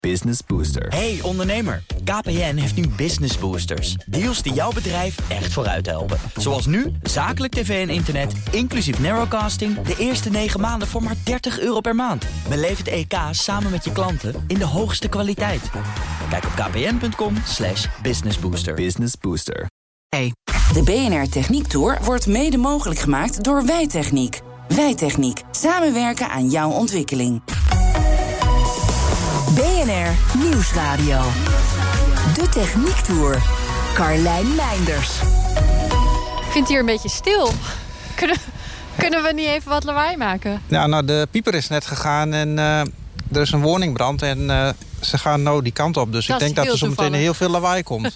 Business Booster. Hey ondernemer, KPN heeft nu Business Boosters. Deals die jouw bedrijf echt vooruit helpen. Zoals nu, zakelijk tv en internet, inclusief narrowcasting... de eerste 9 maanden voor maar €30 per maand. Beleef het EK samen met je klanten in de hoogste kwaliteit. Kijk op kpn.com/businessbooster. Business Booster. Hey. De BNR Techniek Tour wordt mede mogelijk gemaakt door Wijtechniek. Wijtechniek. Samenwerken aan jouw ontwikkeling. BNR Nieuwsradio. De Techniek Tour. Carlijn Meinders. Ik vind het hier een beetje stil. Kunnen we niet even wat lawaai maken? Ja, nou, de pieper is net gegaan en er is een woningbrand. En ze gaan nou die kant op. Dus ik denk dat er zo meteen heel veel lawaai komt.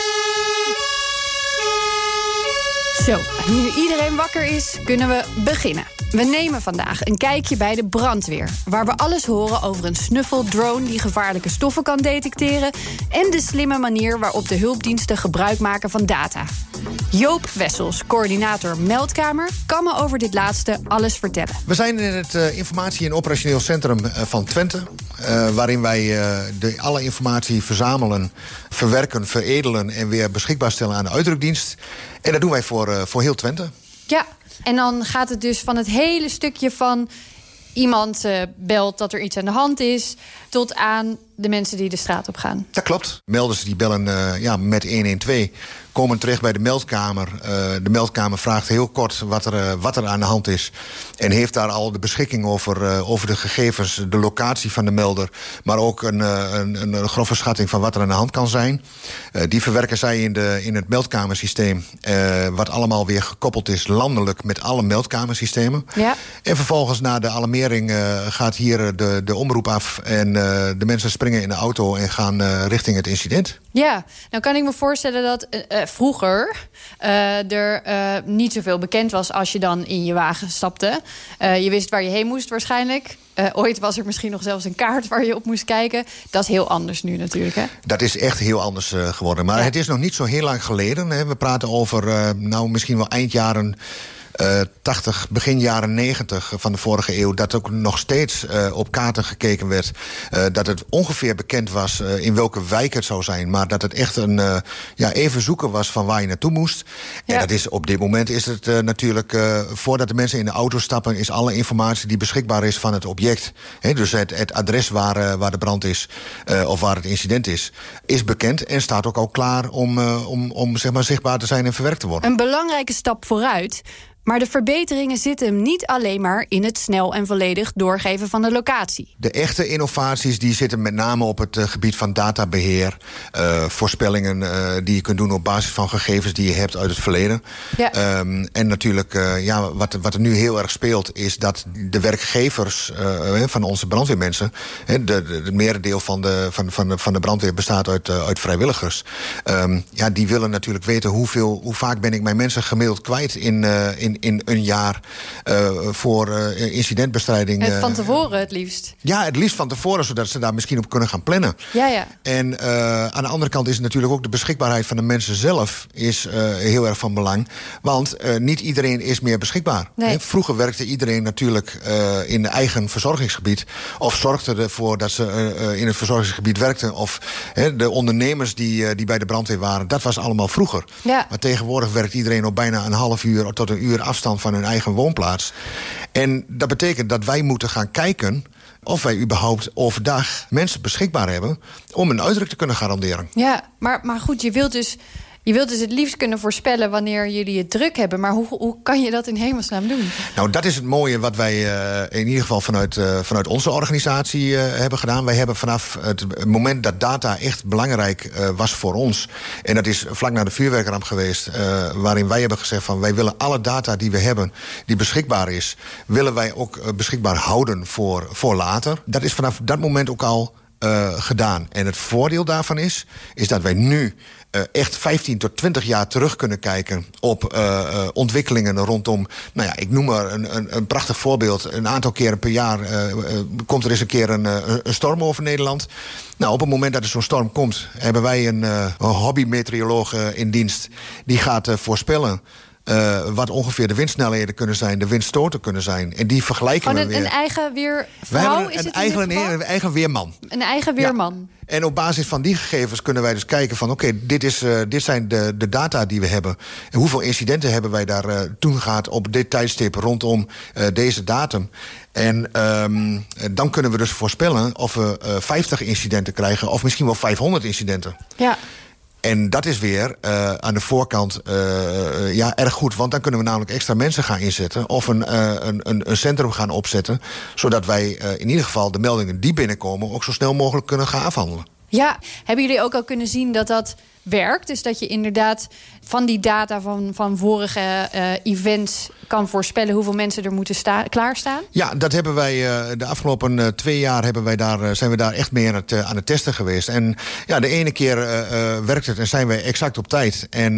Zo, nu iedereen wakker is, kunnen we beginnen. We nemen vandaag een kijkje bij de brandweer, waar we alles horen over een snuffeldrone die gevaarlijke stoffen kan detecteren en de slimme manier waarop de hulpdiensten gebruik maken van data. Joop Wessels, coördinator Meldkamer, kan me over dit laatste alles vertellen. We zijn in het informatie- en operationeel centrum van Twente, waarin wij alle informatie verzamelen, verwerken, veredelen en weer beschikbaar stellen aan de uitdrukdienst. En dat doen wij voor heel Twente. Ja, en dan gaat het dus van het hele stukje van iemand belt dat er iets aan de hand is, tot aan de mensen die de straat op gaan. Dat klopt. Melders die bellen met 112, komen terecht bij de meldkamer. De meldkamer vraagt heel kort wat er aan de hand is. En heeft daar al de beschikking over de gegevens, de locatie van de melder, maar ook een grove schatting van wat er aan de hand kan zijn. Die verwerken zij in het meldkamersysteem, wat allemaal weer gekoppeld is landelijk met alle meldkamersystemen. Ja. En vervolgens na de alarmering gaat hier de omroep af en de mensen springen in de auto en gaan richting het incident. Ja, nou kan ik me voorstellen dat vroeger er niet zoveel bekend was als je dan in je wagen stapte. Je wist waar je heen moest waarschijnlijk. Ooit was er misschien nog zelfs een kaart waar je op moest kijken. Dat is heel anders nu natuurlijk, hè? Dat is echt heel anders geworden. Maar het is nog niet zo heel lang geleden. Hè. We praten over misschien wel eind jaren 80, begin jaren 90 van de vorige eeuw, dat ook nog steeds op kaarten gekeken werd. Dat het ongeveer bekend was in welke wijk het zou zijn, maar dat het echt even zoeken was van waar je naartoe moest. Ja. En dat is, op dit moment is het natuurlijk, voordat de mensen in de auto stappen, is alle informatie die beschikbaar is van het object, dus het adres waar de brand is, of waar het incident is bekend en staat ook al klaar om zeg maar zichtbaar te zijn en verwerkt te worden. Een belangrijke stap vooruit. Maar de verbeteringen zitten hem niet alleen maar in het snel en volledig doorgeven van de locatie. De echte innovaties die zitten met name op het gebied van databeheer, voorspellingen die je kunt doen op basis van gegevens die je hebt uit het verleden. Ja. En natuurlijk, wat er nu heel erg speelt, is dat de werkgevers van onze brandweermensen, het merendeel van de brandweer bestaat uit vrijwilligers. Die willen natuurlijk weten hoe vaak ben ik mijn mensen gemiddeld kwijt in een jaar voor incidentbestrijding. Van tevoren het liefst. Ja, het liefst van tevoren, zodat ze daar misschien op kunnen gaan plannen. Ja. En aan de andere kant is het natuurlijk ook de beschikbaarheid van de mensen zelf is heel erg van belang. Want niet iedereen is meer beschikbaar. Nee. Vroeger werkte iedereen natuurlijk in eigen verzorgingsgebied, of zorgde ervoor dat ze in het verzorgingsgebied werkten, of de ondernemers die bij de brandweer waren. Dat was allemaal vroeger. Ja. Maar tegenwoordig werkt iedereen op bijna een half uur tot een uur afstand van hun eigen woonplaats. En dat betekent dat wij moeten gaan kijken of wij überhaupt overdag mensen beschikbaar hebben om een uitdruk te kunnen garanderen. Ja, maar goed, je wilt dus het liefst kunnen voorspellen wanneer jullie het druk hebben. Maar hoe kan je dat in hemelsnaam doen? Nou, dat is het mooie wat wij in ieder geval vanuit onze organisatie hebben gedaan. Wij hebben vanaf het moment dat data echt belangrijk was voor ons, en dat is vlak na de vuurwerkramp geweest, waarin wij hebben gezegd van wij willen alle data die we hebben, die beschikbaar is, willen wij ook beschikbaar houden voor later. Dat is vanaf dat moment ook al gedaan. En het voordeel daarvan is dat wij nu echt 15 tot 20 jaar terug kunnen kijken op ontwikkelingen rondom, ik noem maar een prachtig voorbeeld. Een aantal keren per jaar komt er eens een keer een storm over Nederland. Nou, op het moment dat er zo'n storm komt, hebben wij een hobby-meteoroloog in dienst. Die gaat voorspellen wat ongeveer de windsnelheden kunnen zijn, de windstoten kunnen zijn. En die vergelijken we weer. Een eigen weervrouw? We hebben een eigen weerman. Een eigen weerman. Ja. En op basis van die gegevens kunnen wij dus kijken van... oké, dit zijn de data die we hebben. En hoeveel incidenten hebben wij daar toen gehad op dit tijdstip rondom deze datum. En dan kunnen we dus voorspellen of we 50 incidenten krijgen... of misschien wel 500 incidenten. Ja. En dat is weer aan de voorkant erg goed. Want dan kunnen we namelijk extra mensen gaan inzetten... of een centrum gaan opzetten... zodat wij in ieder geval de meldingen die binnenkomen... ook zo snel mogelijk kunnen gaan afhandelen. Ja, hebben jullie ook al kunnen zien dat werkt? Dus dat je inderdaad van die data van vorige events kan voorspellen hoeveel mensen er moeten klaarstaan? Ja, dat hebben wij de afgelopen 2 jaar zijn we daar echt mee aan het testen geweest. En ja, de ene keer werkt het en zijn we exact op tijd. En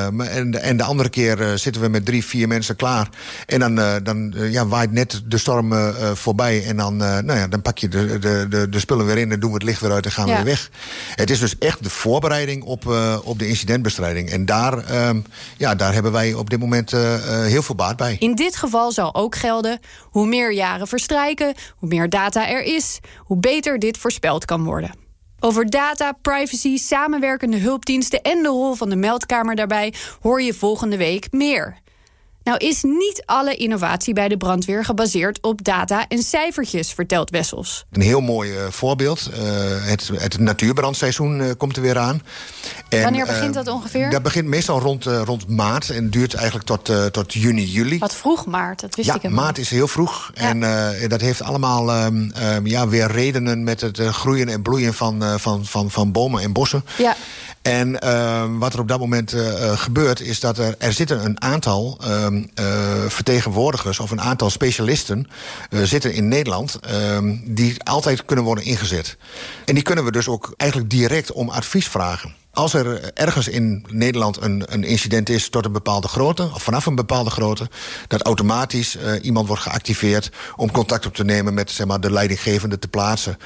de andere keer zitten we met 3-4 mensen klaar. En dan waait net de storm voorbij. En dan pak je de spullen weer in en doen we het licht weer uit en gaan we weer weg. Het is dus echt de voorbereiding op de incidentbestrijding. En daar hebben wij op dit moment heel veel baat bij. In dit geval zal ook gelden: hoe meer jaren verstrijken, hoe meer data er is, hoe beter dit voorspeld kan worden. Over data, privacy, samenwerkende hulpdiensten en de rol van de meldkamer daarbij hoor je volgende week meer. Nou is niet alle innovatie bij de brandweer gebaseerd op data en cijfertjes, vertelt Wessels. Een heel mooi voorbeeld. Het natuurbrandseizoen komt er weer aan. En, wanneer begint dat ongeveer? Dat begint meestal rond maart en duurt eigenlijk tot juni, juli. Wat vroeg maart, dat wist ik helemaal. Maart is heel vroeg. Ja. En dat heeft allemaal weer redenen met het groeien en bloeien van bomen en bossen. Ja. En wat er op dat moment gebeurt is dat er zitten een aantal vertegenwoordigers of een aantal specialisten zitten in Nederland die altijd kunnen worden ingezet. En die kunnen we dus ook eigenlijk direct om advies vragen. Als er ergens in Nederland een incident is tot een bepaalde grootte, of vanaf een bepaalde grootte, dat automatisch iemand wordt geactiveerd om contact op te nemen met de leidinggevende te plaatsen,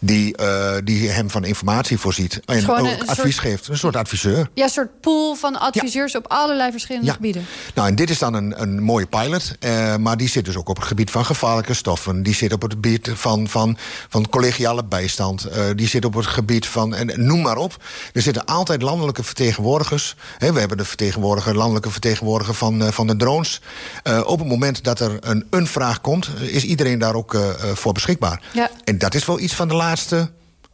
die hem van informatie voorziet en ook advies geeft. Een soort adviseur. Ja, een soort pool van adviseurs op allerlei verschillende gebieden. Nou, en dit is dan een mooie pilot, maar die zit dus ook op het gebied van gevaarlijke stoffen. Die zit op het gebied van collegiale bijstand. Die zit op het gebied van, en noem maar op. Er zitten altijd landelijke vertegenwoordigers. We hebben de landelijke vertegenwoordiger van de drones. Op het moment dat er een vraag komt, is iedereen daar ook voor beschikbaar. Ja. En dat is wel iets van de laatste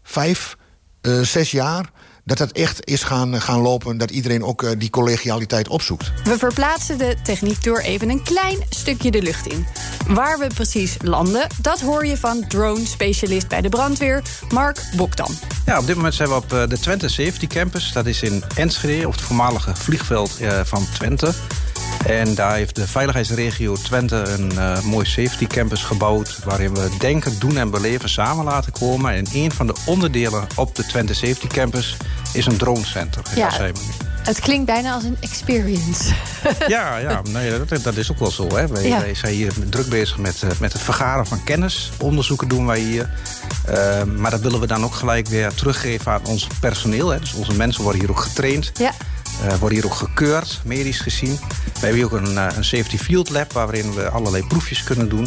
5-6 jaar. Dat echt is gaan lopen, dat iedereen ook die collegialiteit opzoekt. We verplaatsen de techniektour even een klein stukje de lucht in. Waar we precies landen, dat hoor je van drone-specialist bij de brandweer, Mark Bokdam. Ja, op dit moment zijn we op de Twente Safety Campus. Dat is in Enschede, op het voormalige vliegveld van Twente. En daar heeft de veiligheidsregio Twente een mooi safety campus gebouwd, waarin we denken, doen en beleven samen laten komen. En een van de onderdelen op de Twente Safety Campus is een dronecenter. Ja, het klinkt bijna als een experience. Ja, dat is ook wel zo. Hè. Wij zijn hier druk bezig met het vergaren van kennis. Onderzoeken doen wij hier. Maar dat willen we dan ook gelijk weer teruggeven aan ons personeel. Hè. Dus onze mensen worden hier ook getraind. Ja. Worden hier ook gekeurd, medisch gezien. We hebben hier ook een safety field lab waarin we allerlei proefjes kunnen doen.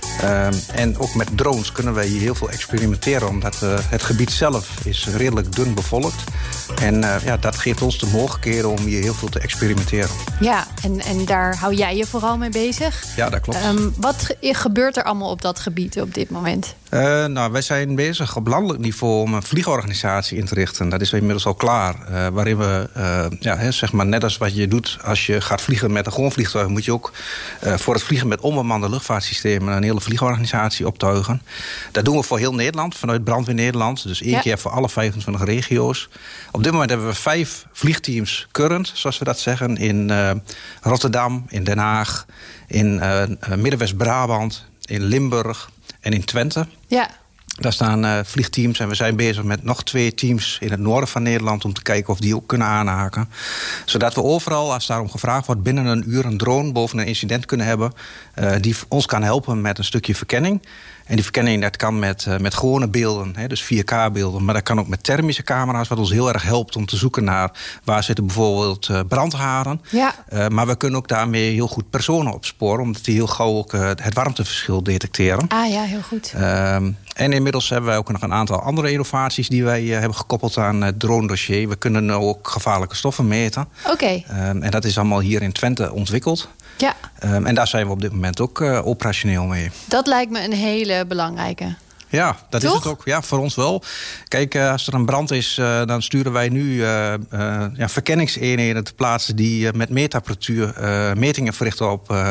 En ook met drones kunnen wij hier heel veel experimenteren, omdat het gebied zelf is redelijk dun bevolkt. En dat geeft ons de mogelijkheden om hier heel veel te experimenteren. Ja, en daar hou jij je vooral mee bezig. Ja, dat klopt. Wat gebeurt er allemaal op dat gebied op dit moment? Wij zijn bezig op landelijk niveau om een vliegorganisatie in te richten. Dat is inmiddels al klaar. Waarin we, net als wat je doet als je gaat vliegen met een gewoon vliegtuig, moet je ook voor het vliegen met onbemande luchtvaartsystemen een hele vliegorganisatie optuigen. Dat doen we voor heel Nederland, vanuit Brandweer Nederland. Dus 1 keer voor alle 25 regio's. Op dit moment hebben we 5 vliegteams current, zoals we dat zeggen, in Rotterdam, in Den Haag, in Midden-West-Brabant, in Limburg en in Twente. Ja. Daar staan vliegteams en we zijn bezig met nog 2 teams in het noorden van Nederland om te kijken of die ook kunnen aanhaken. Zodat we overal, als daarom gevraagd wordt, binnen een uur een drone boven een incident kunnen hebben die ons kan helpen met een stukje verkenning. En die verkenning dat kan met gewone beelden, dus 4K-beelden. Maar dat kan ook met thermische camera's, wat ons heel erg helpt om te zoeken naar waar zitten bijvoorbeeld brandharen. Ja. Maar we kunnen ook daarmee heel goed personen opsporen, omdat die heel gauw ook het warmteverschil detecteren. Ah ja, heel goed. En inmiddels hebben wij ook nog een aantal andere innovaties die wij hebben gekoppeld aan het drone-dossier. We kunnen nu ook gevaarlijke stoffen meten. Oké. En dat is allemaal hier in Twente ontwikkeld. Ja. En daar zijn we op dit moment ook operationeel mee. Dat lijkt me een hele belangrijke. Ja, dat Toch? is het ook. Ja, voor ons wel. Kijk, als er een brand is, dan sturen wij nu verkenningseenheden te plaatsen die met meetapparatuur metingen verrichten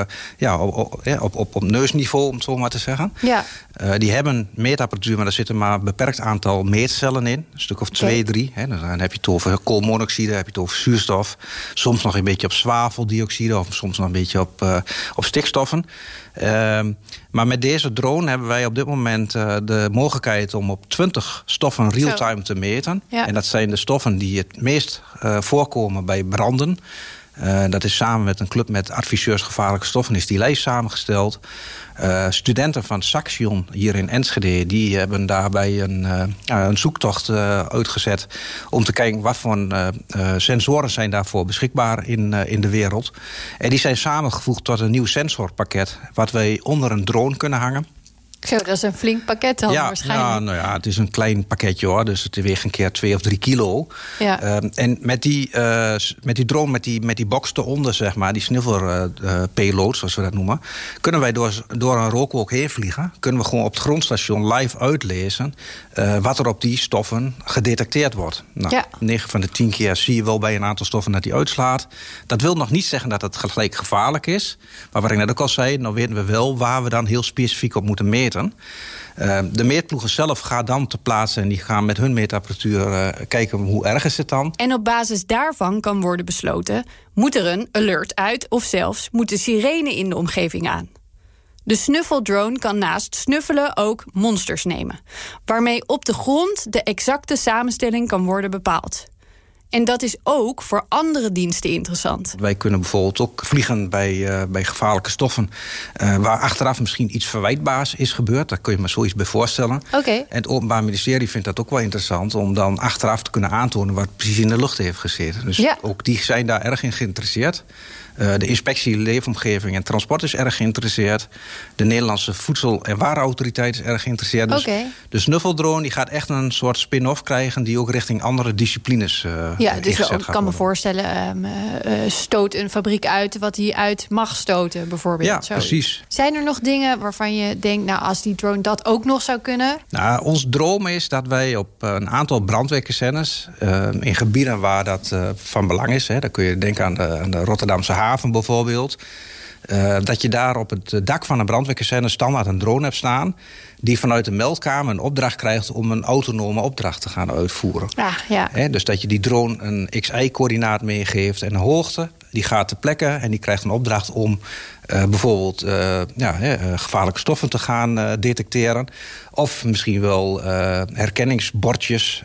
op neusniveau, om het zo maar te zeggen. Ja. Die hebben meetapparatuur, maar daar zitten maar een beperkt aantal meetcellen in. Een stuk of 2, 3. Dan heb je het over koolmonoxide, heb je het over zuurstof. Soms nog een beetje op zwaveldioxide of soms nog een beetje op stikstoffen. Maar met deze drone hebben wij op dit moment de mogelijkheid om op 20 stoffen real-time te meten. Ja. En dat zijn de stoffen die het meest voorkomen bij branden. Dat is samen met een club met adviseurs gevaarlijke stoffen is die lijst samengesteld. Studenten van Saxion hier in Enschede die hebben daarbij een zoektocht uitgezet om te kijken wat voor sensoren zijn daarvoor beschikbaar in de wereld. En die zijn samengevoegd tot een nieuw sensorpakket wat wij onder een drone kunnen hangen. Zo, dat is een flink pakket dan waarschijnlijk. Ja, het is een klein pakketje hoor. Dus het weegt een keer 2 of 3 kilo. Ja. En met die drone, met die box eronder, zeg maar, die sniffer payload, zoals we dat noemen, kunnen wij door een rookwolk heen vliegen. Kunnen we gewoon op het grondstation live uitlezen wat er op die stoffen gedetecteerd wordt. Nou, 9 van de 10 keer zie je wel bij een aantal stoffen dat die uitslaat. Dat wil nog niet zeggen dat het gelijk gevaarlijk is. Maar wat ik net ook al zei, dan weten we wel waar we dan heel specifiek op moeten meten. De meetploegen zelf gaan dan te plaatsen en die gaan met hun meetapparatuur kijken hoe erg is het dan. En op basis daarvan kan worden besloten, moet er een alert uit of zelfs moet de sirene in de omgeving aan. De snuffeldrone kan naast snuffelen ook monsters nemen, waarmee op de grond de exacte samenstelling kan worden bepaald. En dat is ook voor andere diensten interessant. Wij kunnen bijvoorbeeld ook vliegen bij gevaarlijke stoffen waar achteraf misschien iets verwijtbaars is gebeurd. Daar kun je me zoiets bij voorstellen. Okay. En het Openbaar Ministerie vindt dat ook wel interessant om dan achteraf te kunnen aantonen wat precies in de lucht heeft gezeten. Dus ook die zijn daar erg in geïnteresseerd. De inspectie Leefomgeving en Transport is erg geïnteresseerd. De Nederlandse Voedsel- en Warenautoriteit is erg geïnteresseerd. Dus de snuffeldrone die gaat echt een soort spin-off krijgen die ook richting andere disciplines dus ik kan me voorstellen, stoot een fabriek uit wat hij uit mag stoten, bijvoorbeeld. Ja, zo. Precies. Zijn er nog dingen waarvan je denkt, nou, als die drone dat ook nog zou kunnen? Nou, ons droom is dat wij op een aantal brandweerkazernes in gebieden waar dat van belang is, dan kun je denken aan de Rotterdamse haven bijvoorbeeld, dat je daar op het dak van een brandweerkazerne standaard een drone hebt staan die vanuit de meldkamer een opdracht krijgt om een autonome opdracht te gaan uitvoeren. Dus dat je die drone een XY-coördinaat meegeeft en een hoogte. Die gaat ter plekke en die krijgt een opdracht om bijvoorbeeld gevaarlijke stoffen te gaan detecteren. Of misschien wel herkenningsbordjes,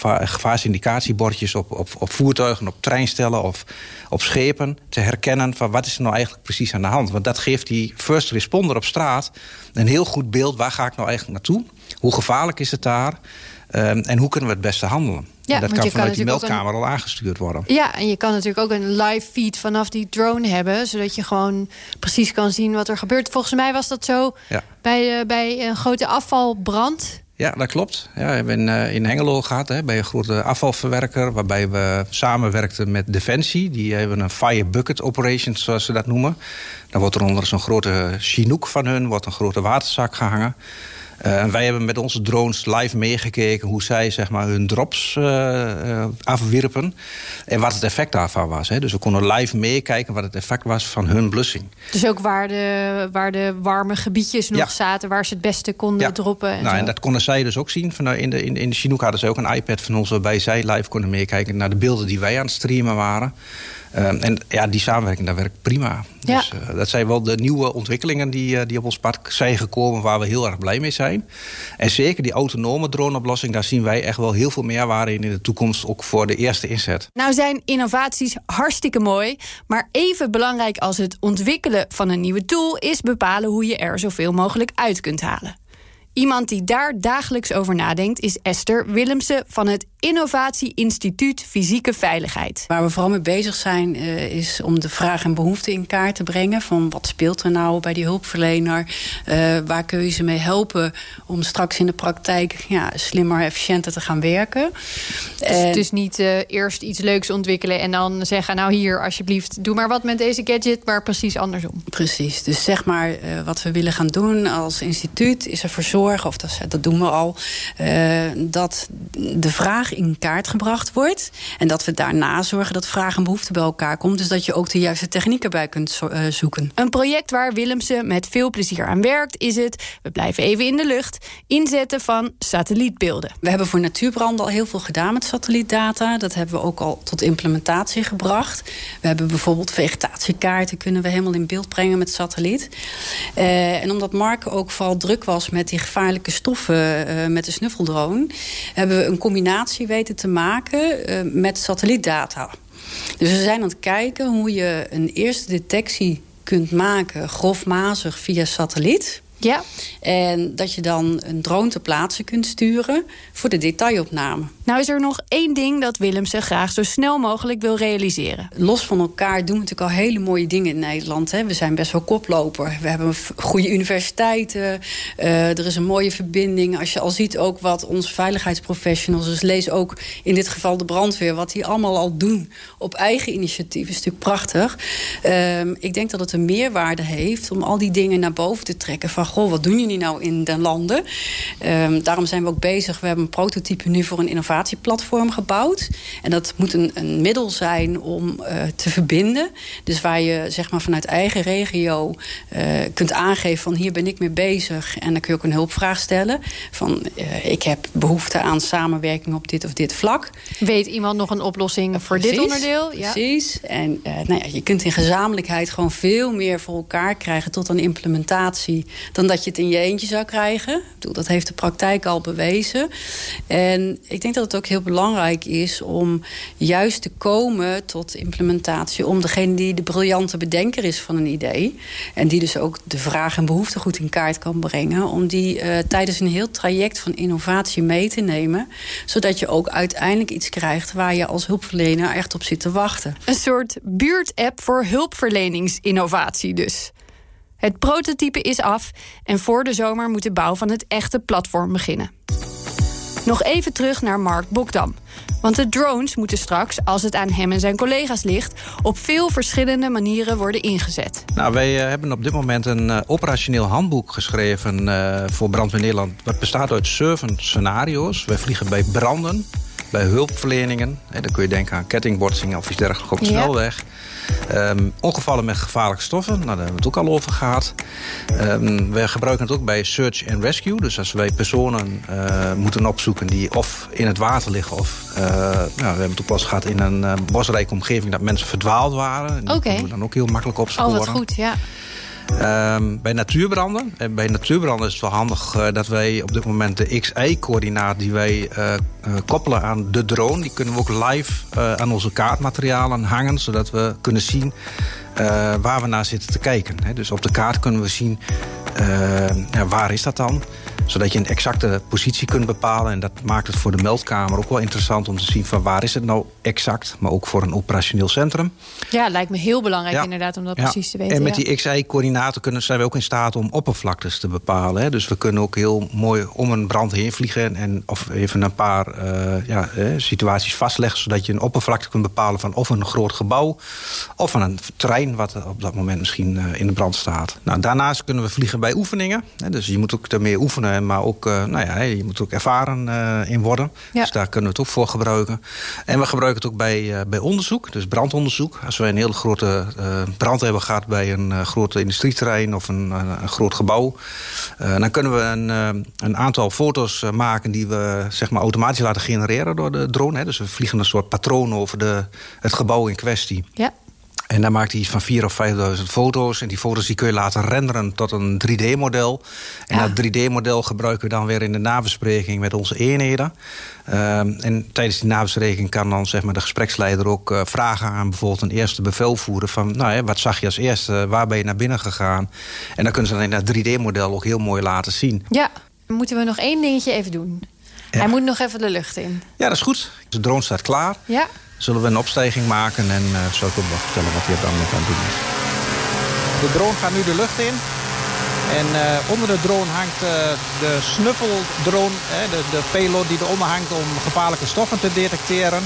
gevaarsindicatiebordjes op voertuigen, op treinstellen of op schepen te herkennen van wat is er nou eigenlijk precies aan de hand. Want dat geeft die first responder op straat een heel goed beeld. Waar ga ik nou eigenlijk naartoe? Hoe gevaarlijk is het daar? En hoe kunnen we het beste handelen? Ja, dat kan vanuit die meldkamer al aangestuurd worden. Ja, en je kan natuurlijk ook een live feed vanaf die drone hebben, zodat je gewoon precies kan zien wat er gebeurt. Volgens mij was dat zo bij een grote afvalbrand. Ja, dat klopt. Ja, we hebben in Hengelo gehad bij een grote afvalverwerker, waarbij we samenwerkten met Defensie. Die hebben een fire bucket operation, zoals ze dat noemen. Dan wordt er onder zo'n grote chinook van hun wordt een grote waterzak gehangen. Wij hebben met onze drones live meegekeken hoe zij zeg maar, hun drops afwierpen. En wat het effect daarvan was. Dus we konden live meekijken wat het effect was van hun blussing. Dus ook waar de warme gebiedjes nog zaten, waar ze het beste konden droppen. En dat konden zij dus ook zien. In de Chinook hadden ze ook een iPad van ons waarbij zij live konden meekijken naar de beelden die wij aan het streamen waren. En die samenwerking, dat werkt prima. Ja. Dus dat zijn wel de nieuwe ontwikkelingen die op ons pad zijn gekomen, waar we heel erg blij mee zijn. En zeker die autonome droneoplossing, daar zien wij echt wel heel veel meerwaarde in de toekomst, ook voor de eerste inzet. Nou zijn innovaties hartstikke mooi, maar even belangrijk als het ontwikkelen van een nieuwe tool is bepalen hoe je er zoveel mogelijk uit kunt halen. Iemand die daar dagelijks over nadenkt is Esther Willemsen van het Innovatie Instituut Fysieke Veiligheid. Waar we vooral mee bezig zijn is om de vraag en behoefte in kaart te brengen. Van wat speelt er nou bij die hulpverlener? Waar kun je ze mee helpen om straks in de praktijk slimmer, efficiënter te gaan werken? Dus het is niet eerst iets leuks ontwikkelen en dan zeggen, nou hier alsjeblieft, doe maar wat met deze gadget, maar precies andersom. Precies, dus zeg maar wat we willen gaan doen als instituut is ervoor zorgen, of dat doen we al, dat de vraag in kaart gebracht wordt. En dat we daarna zorgen dat vraag en behoefte bij elkaar komt. Dus dat je ook de juiste techniek erbij kunt zoeken. Een project waar Willemsen met veel plezier aan werkt is het, we blijven even in de lucht, inzetten van satellietbeelden. We hebben voor natuurbranden al heel veel gedaan met satellietdata. Dat hebben we ook al tot implementatie gebracht. We hebben bijvoorbeeld vegetatiekaarten kunnen we helemaal in beeld brengen met satelliet. En omdat Mark ook vooral druk was met die gevaarlijke stoffen met de snuffeldrone, hebben we een combinatie weten te maken met satellietdata. Dus we zijn aan het kijken hoe je een eerste detectie kunt maken, grofmazig via satelliet. Ja. En dat je dan een drone ter plaatse kunt sturen voor de detailopname. Nou is er nog één ding dat Willemsen graag zo snel mogelijk wil realiseren. Los van elkaar doen we natuurlijk al hele mooie dingen in Nederland. Hè. We zijn best wel koploper. We hebben goede universiteiten. Er is een mooie verbinding. Als je al ziet ook wat onze veiligheidsprofessionals, dus lees ook in dit geval de brandweer, wat die allemaal al doen op eigen initiatief, is natuurlijk prachtig. Ik denk dat het een meerwaarde heeft om al die dingen naar boven te trekken. Van, goh, wat doen jullie nou in de landen? Daarom zijn we ook bezig. We hebben een prototype nu voor een innovatieplatform gebouwd. En dat moet een middel zijn om te verbinden. Dus waar je zeg maar vanuit eigen regio kunt aangeven van hier ben ik mee bezig. En dan kun je ook een hulpvraag stellen. Van ik heb behoefte aan samenwerking op dit of dit vlak. Weet iemand nog een oplossing voor dit onderdeel? Ja. Precies. En je kunt in gezamenlijkheid gewoon veel meer voor elkaar krijgen tot een implementatie dan dat je het in je eentje zou krijgen. Ik bedoel, dat heeft de praktijk al bewezen. En ik denk dat het ook heel belangrijk is om juist te komen tot implementatie, om degene die de briljante bedenker is van een idee en die dus ook de vraag en behoefte goed in kaart kan brengen, om die tijdens een heel traject van innovatie mee te nemen, zodat je ook uiteindelijk iets krijgt waar je als hulpverlener echt op zit te wachten. Een soort buurtapp voor hulpverleningsinnovatie dus. Het prototype is af en voor de zomer moet de bouw van het echte platform beginnen. Nog even terug naar Mark Bokdam. Want de drones moeten straks, als het aan hem en zijn collega's ligt, op veel verschillende manieren worden ingezet. Nou, wij hebben op dit moment een operationeel handboek geschreven voor Brandweer Nederland. Dat bestaat uit 7 scenario's. Wij vliegen bij branden, bij hulpverleningen. Dan kun je denken aan kettingbotsingen of iets dergelijks op de snelweg. Ongevallen met gevaarlijke stoffen, daar hebben we het ook al over gehad. We gebruiken het ook bij search and rescue. Dus als wij personen moeten opzoeken die of in het water liggen of we hebben het ook wel eens gehad in een bosrijke omgeving dat mensen verdwaald waren. En die kunnen we dan ook heel makkelijk opsporen. Oh, wat goed, ja. Bij natuurbranden. Bij natuurbranden is het wel handig dat wij op dit moment de XI-coördinaat die wij koppelen aan de drone, die kunnen we ook live aan onze kaartmaterialen hangen, zodat we kunnen zien waar we naar zitten te kijken. Dus op de kaart kunnen we zien waar is dat dan, zodat je een exacte positie kunt bepalen. En dat maakt het voor de meldkamer ook wel interessant om te zien van waar is het nou exact, maar ook voor een operationeel centrum. Ja, lijkt me heel belangrijk inderdaad om dat precies te weten. En met die XI-coördinaten zijn we ook in staat om oppervlaktes te bepalen. Dus we kunnen ook heel mooi om een brand heen vliegen of even een paar situaties vastleggen, zodat je een oppervlakte kunt bepalen van of een groot gebouw of van een terrein wat op dat moment misschien in de brand staat. Nou, daarnaast kunnen we vliegen bij oefeningen. Dus je moet ook ermee oefenen, maar ook je moet er ook ervaren in worden. Ja. Dus daar kunnen we het ook voor gebruiken. En we gebruiken het ook bij onderzoek, dus brandonderzoek. Als we een hele grote brand hebben gehad bij een groot industrieterrein of een groot gebouw, dan kunnen we een aantal foto's maken die we zeg maar automatisch laten genereren door de drone. Dus we vliegen een soort patroon over het gebouw in kwestie. Ja. En daar maakt hij iets van 4.000 of 5.000 foto's. En die foto's die kun je laten renderen tot een 3D-model. En dat 3D-model gebruiken we dan weer in de nabespreking met onze eenheden. En tijdens die nabespreking kan dan zeg maar de gespreksleider ook vragen aan bijvoorbeeld een eerste bevelvoerder van, wat zag je als eerste, waar ben je naar binnen gegaan? En dan kunnen ze dan in dat 3D-model ook heel mooi laten zien. Ja, dan moeten we nog 1 dingetje even doen. Ja. Hij moet nog even de lucht in. Ja, dat is goed. De drone staat klaar. Ja. Zullen we een opstijging maken en zal ik ook wel vertellen wat hij dan nog aan het doen is. De drone gaat nu de lucht in. En onder de drone hangt de snuffeldrone, de payload die eronder hangt om gevaarlijke stoffen te detecteren.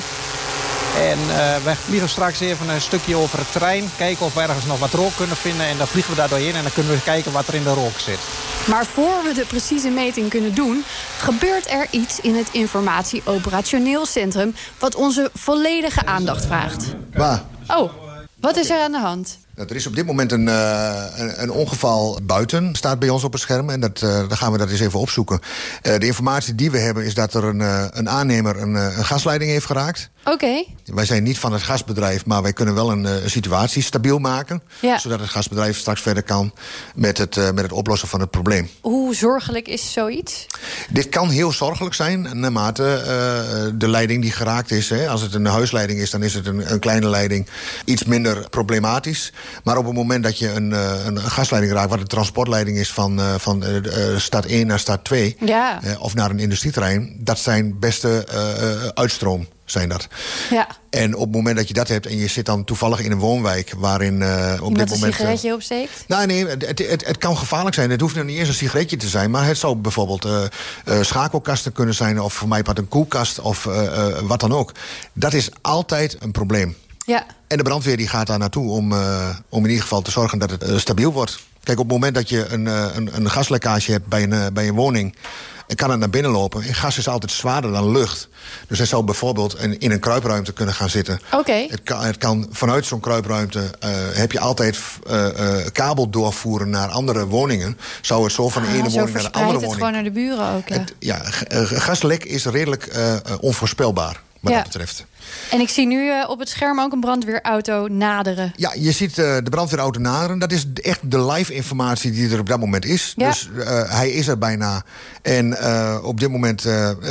En wij vliegen straks even een stukje over het terrein. Kijken of we ergens nog wat rook kunnen vinden. En dan vliegen we daar doorheen en dan kunnen we kijken wat er in de rook zit. Maar voor we de precieze meting kunnen doen, gebeurt er iets in het informatie-operationeel centrum wat onze volledige aandacht vraagt. Waar? Oh, wat is er aan de hand? Er is op dit moment een ongeval buiten, staat bij ons op het scherm. En dan gaan we dat eens even opzoeken. De informatie die we hebben is dat er een aannemer een gasleiding heeft geraakt. Oké. Wij zijn niet van het gasbedrijf, maar wij kunnen wel een situatie stabiel maken. Ja. Zodat het gasbedrijf straks verder kan met het oplossen van het probleem. Hoe zorgelijk is zoiets? Dit kan heel zorgelijk zijn naarmate de leiding die geraakt is. Als het een huisleiding is, dan is het een kleine leiding iets minder problematisch. Maar op het moment dat je een gasleiding raakt, wat een transportleiding is van stad 1 naar stad 2... Ja. Of naar een industrieterrein, dat zijn beste uitstroom. Zijn dat. Ja. En op het moment dat je dat hebt en je zit dan toevallig in een woonwijk waarin op dit moment een sigaretje opsteekt? Nee, het kan gevaarlijk zijn. Het hoeft nog niet eens een sigaretje te zijn, maar het zou bijvoorbeeld schakelkasten kunnen zijn of voor mij wat een koelkast of wat dan ook. Dat is altijd een probleem. Ja. En de brandweer die gaat daar naartoe om in ieder geval te zorgen dat het stabiel wordt. Kijk, op het moment dat je een gaslekkage hebt bij een woning, en kan het naar binnen lopen. En gas is altijd zwaarder dan lucht. Dus hij zou bijvoorbeeld in een kruipruimte kunnen gaan zitten. Oké. Het kan vanuit zo'n kruipruimte heb je altijd kabel doorvoeren naar andere woningen. Zou het zo van de ene woning naar de andere woning. Het gewoon naar de buren ook. Ja. Gaslek is redelijk onvoorspelbaar wat dat betreft. En ik zie nu op het scherm ook een brandweerauto naderen. Ja, je ziet de brandweerauto naderen. Dat is echt de live informatie die er op dat moment is. Ja. Dus hij is er bijna. En op dit moment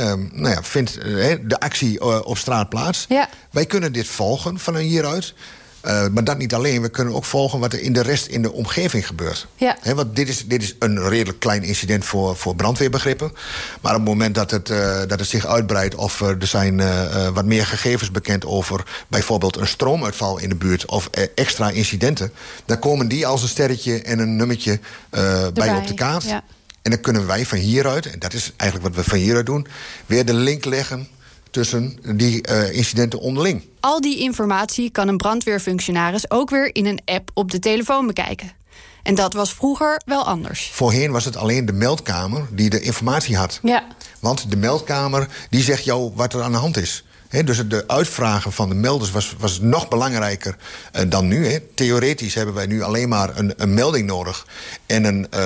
vindt de actie op straat plaats. Ja. Wij kunnen dit volgen van hieruit. Maar dat niet alleen. We kunnen ook volgen wat er in de rest in de omgeving gebeurt. Ja. Want dit is een redelijk klein incident voor brandweerbegrippen. Maar op het moment dat het zich uitbreidt of er zijn wat meer gegevens bekend over bijvoorbeeld een stroomuitval in de buurt of extra incidenten, dan komen die als een sterretje en een nummertje bij op de kaart. Ja. En dan kunnen wij van hieruit, en dat is eigenlijk wat we van hieruit doen, weer de link leggen tussen die incidenten onderling. Al die informatie kan een brandweerfunctionaris ook weer in een app op de telefoon bekijken. En dat was vroeger wel anders. Voorheen was het alleen de meldkamer die de informatie had. Ja. Want de meldkamer die zegt jou wat er aan de hand is. Dus de uitvragen van de melders was nog belangrijker dan nu. Theoretisch hebben wij nu alleen maar een melding nodig en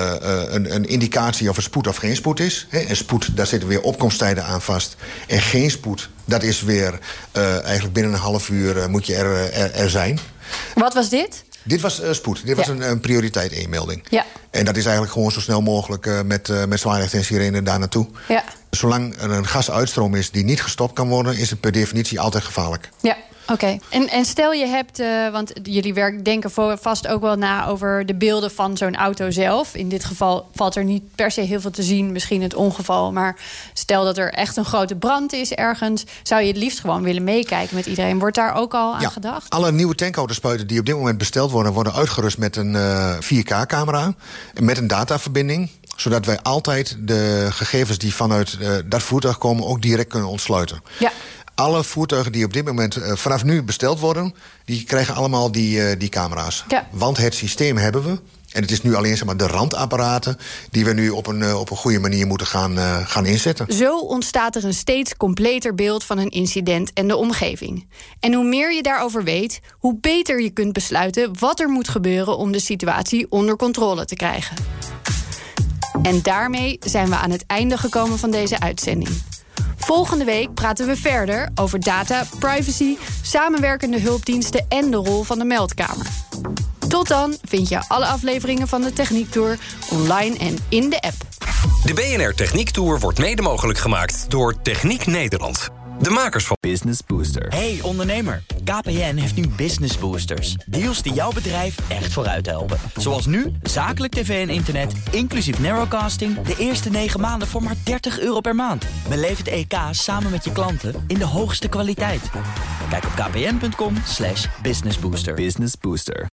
een indicatie of er spoed of geen spoed is. En spoed, daar zitten weer opkomsttijden aan vast. En geen spoed, dat is weer eigenlijk binnen een half uur moet je er zijn. Wat was dit? Dit was spoed. Dit was een prioriteit 1-melding. Ja. En dat is eigenlijk gewoon zo snel mogelijk met zwaailicht en sirene daar naartoe. Ja. Zolang er een gasuitstroom is die niet gestopt kan worden, is het per definitie altijd gevaarlijk. Ja. Oké. En stel je hebt, want jullie denken vast ook wel na over de beelden van zo'n auto zelf. In dit geval valt er niet per se heel veel te zien, misschien het ongeval. Maar stel dat er echt een grote brand is ergens, zou je het liefst gewoon willen meekijken met iedereen. Wordt daar ook al aan gedacht? Alle nieuwe tankauto's-spuiten die op dit moment besteld worden uitgerust met een 4K-camera. Met een dataverbinding. Zodat wij altijd de gegevens die vanuit dat voertuig komen ook direct kunnen ontsluiten. Ja. Alle voertuigen die op dit moment vanaf nu besteld worden, die krijgen allemaal die camera's. Ja. Want het systeem hebben we. En het is nu alleen zeg maar, de randapparaten die we nu op een goede manier moeten gaan inzetten. Zo ontstaat er een steeds completer beeld van een incident en de omgeving. En hoe meer je daarover weet, hoe beter je kunt besluiten wat er moet gebeuren om de situatie onder controle te krijgen. En daarmee zijn we aan het einde gekomen van deze uitzending. Volgende week praten we verder over data, privacy, samenwerkende hulpdiensten en de rol van de meldkamer. Tot dan vind je alle afleveringen van de Techniek Tour online en in de app. De BNR Techniek Tour wordt mede mogelijk gemaakt door Techniek Nederland. De makers van Business Booster. Hey ondernemer, KPN heeft nu Business Boosters. Deals die jouw bedrijf echt vooruit helpen. Zoals nu, zakelijk tv en internet, inclusief narrowcasting... de eerste 9 maanden voor maar €30 per maand. Beleef het EK samen met je klanten in de hoogste kwaliteit. Kijk op kpn.com/businessbooster. Business Booster.